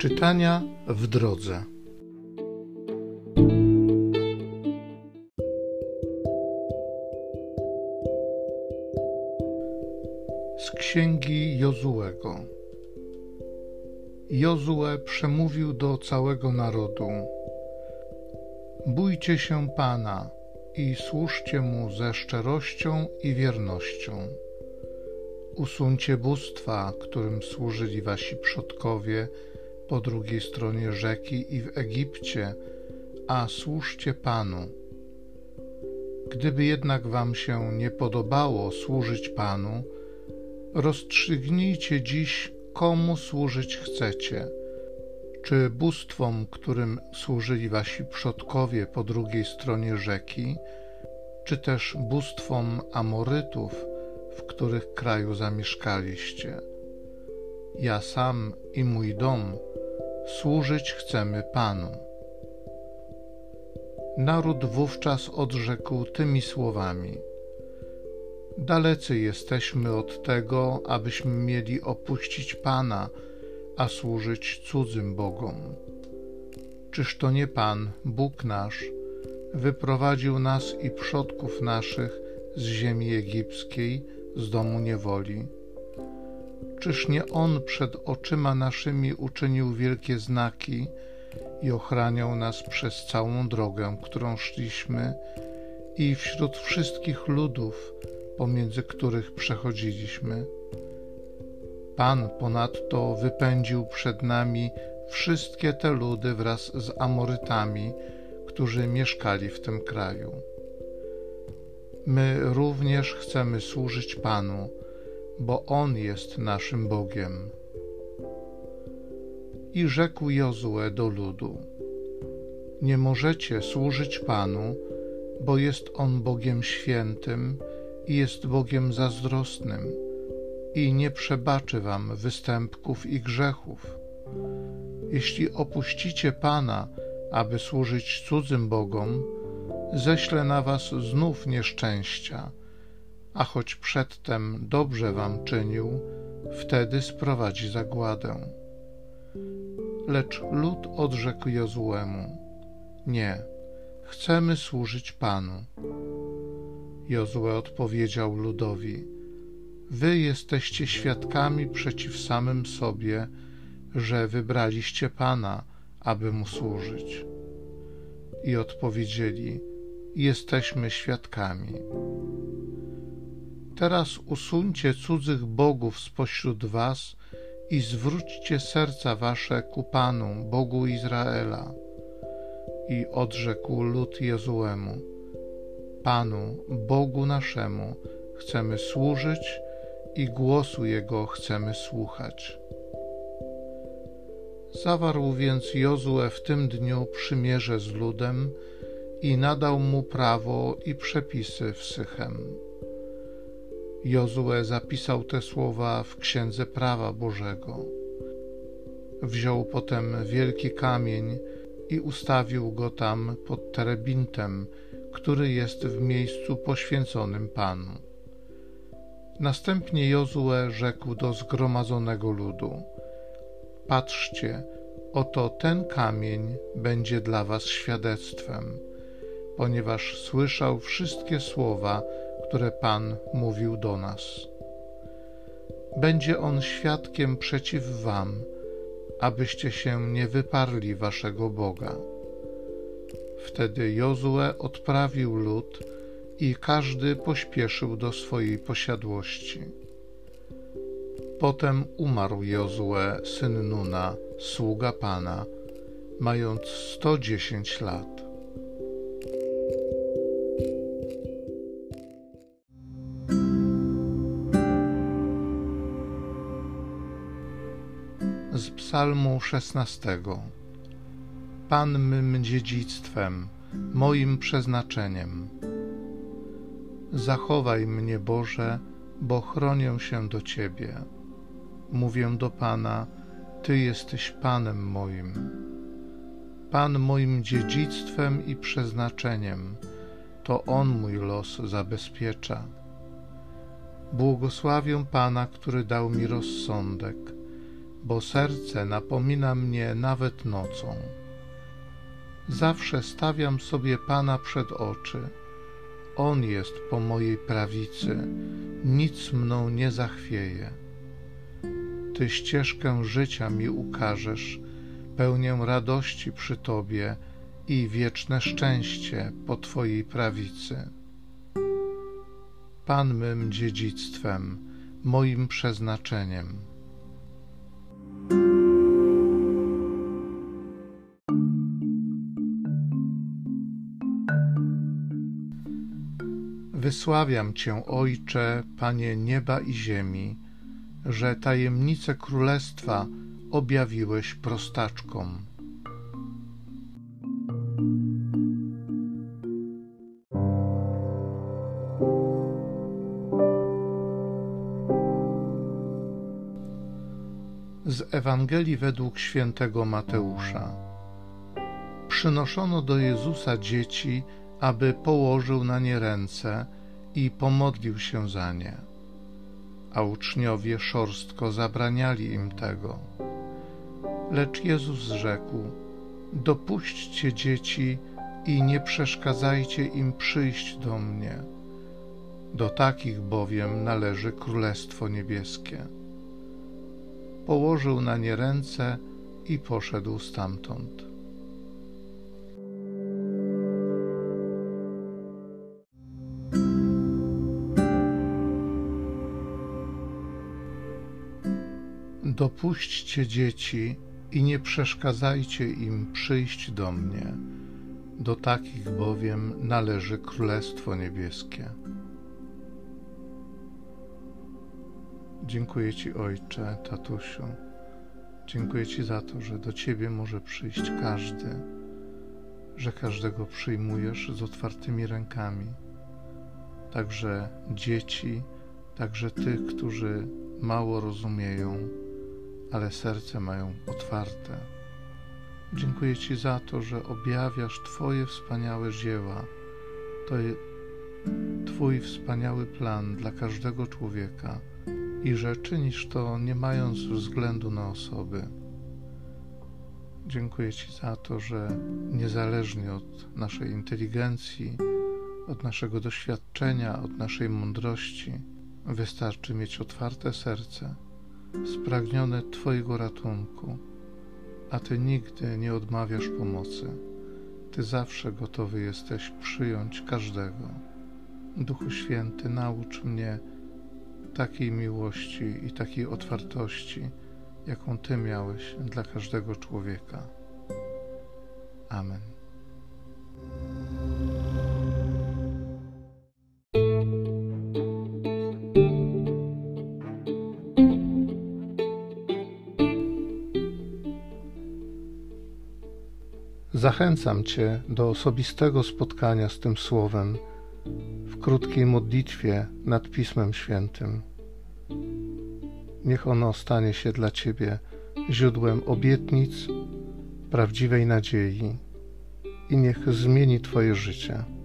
Czytania w drodze. Z księgi Jozułego. Jozue przemówił do całego narodu: bójcie się Pana i służcie Mu ze szczerością i wiernością. Usuńcie bóstwa, którym służyli wasi przodkowie po drugiej stronie rzeki i w Egipcie, a służcie Panu. Gdyby jednak wam się nie podobało służyć Panu, rozstrzygnijcie dziś, komu służyć chcecie. Czy bóstwom, którym służyli wasi przodkowie po drugiej stronie rzeki, czy też bóstwom Amorytów, w których kraju zamieszkaliście. Ja sam i mój dom służyć chcemy Panu. Naród wówczas odrzekł tymi słowami: dalecy jesteśmy od tego, abyśmy mieli opuścić Pana, a służyć cudzym bogom. Czyż to nie Pan, Bóg nasz, wyprowadził nas i przodków naszych z ziemi egipskiej, z domu niewoli? Czyż nie On przed oczyma naszymi uczynił wielkie znaki i ochraniał nas przez całą drogę, którą szliśmy, i wśród wszystkich ludów, pomiędzy których przechodziliśmy? Pan ponadto wypędził przed nami wszystkie te ludy wraz z Amorytami, którzy mieszkali w tym kraju. My również chcemy służyć Panu, bo On jest naszym Bogiem. I rzekł Jozue do ludu: nie możecie służyć Panu, bo jest On Bogiem świętym i jest Bogiem zazdrosnym i nie przebaczy wam występków i grzechów. Jeśli opuścicie Pana, aby służyć cudzym bogom, ześlę na was znów nieszczęścia, a choć przedtem dobrze wam czynił, wtedy sprowadzi zagładę. Lecz lud odrzekł Jozuemu: nie, chcemy służyć Panu. Jozue odpowiedział ludowi: wy jesteście świadkami przeciw samym sobie, że wybraliście Pana, aby Mu służyć. I odpowiedzieli: jesteśmy świadkami. Teraz usuńcie cudzych bogów spośród was i zwróćcie serca wasze ku Panu, Bogu Izraela. I odrzekł lud Jozuemu: Panu, Bogu naszemu, chcemy służyć i głosu Jego chcemy słuchać. Zawarł więc Jozue w tym dniu przymierze z ludem i nadał mu prawo i przepisy w Sychem. Jozue zapisał te słowa w Księdze Prawa Bożego. Wziął potem wielki kamień i ustawił go tam pod terebintem, który jest w miejscu poświęconym Panu. Następnie Jozue rzekł do zgromadzonego ludu: patrzcie, oto ten kamień będzie dla was świadectwem, ponieważ słyszał wszystkie słowa, które Pan mówił do nas. Będzie on świadkiem przeciw wam, abyście się nie wyparli waszego Boga. Wtedy Jozue odprawił lud i każdy pośpieszył do swojej posiadłości. Potem umarł Jozue, syn Nuna, sługa Pana, mając 110 lat. Z Psalmu 16. Pan mym dziedzictwem, moim przeznaczeniem. Zachowaj mnie, Boże, bo chronię się do Ciebie. Mówię do Pana: Ty jesteś Panem moim. Pan moim dziedzictwem i przeznaczeniem, to On mój los bo serce napomina mnie nawet nocą. Zawsze stawiam sobie Pana przed oczy. On jest po mojej prawicy, nic mną nie zachwieje. Ty ścieżkę życia mi ukażesz, pełnię radości przy Tobie i wieczne szczęście po Twojej prawicy. Pan mym dziedzictwem, moim przeznaczeniem. Wysławiam Cię, Ojcze, Panie nieba i ziemi, że tajemnice Królestwa objawiłeś prostaczkom. Z Ewangelii według świętego Mateusza. Przynoszono do Jezusa dzieci, aby położył na nie ręce i pomodlił się za nie. A uczniowie szorstko zabraniali im tego. Lecz Jezus rzekł: dopuśćcie dzieci i nie przeszkadzajcie im przyjść do mnie. Do takich bowiem należy Królestwo Niebieskie. Położył na nie ręce i poszedł stamtąd. Dopuśćcie dzieci i nie przeszkadzajcie im przyjść do mnie. Do takich bowiem należy Królestwo Niebieskie. Dziękuję Ci, Ojcze, tatusiu. Dziękuję Ci za to, że do Ciebie może przyjść każdy, że każdego przyjmujesz z otwartymi rękami. Także dzieci, także tych, którzy mało rozumieją, ale serce mają otwarte. Dziękuję Ci za to, że objawiasz Twoje wspaniałe dzieła. To jest Twój wspaniały plan dla każdego człowieka i że czynisz to nie mając względu na osoby. Dziękuję Ci za to, że niezależnie od naszej inteligencji, od naszego doświadczenia, od naszej mądrości, wystarczy mieć otwarte serce, spragnione Twojego ratunku, a Ty nigdy nie odmawiasz pomocy. Ty zawsze gotowy jesteś przyjąć każdego. Duchu Święty, naucz mnie takiej miłości i takiej otwartości, jaką Ty miałeś dla każdego człowieka. Amen. Zachęcam Cię do osobistego spotkania z tym Słowem w krótkiej modlitwie nad Pismem Świętym. Niech ono stanie się dla Ciebie źródłem obietnic, prawdziwej nadziei i niech zmieni Twoje życie.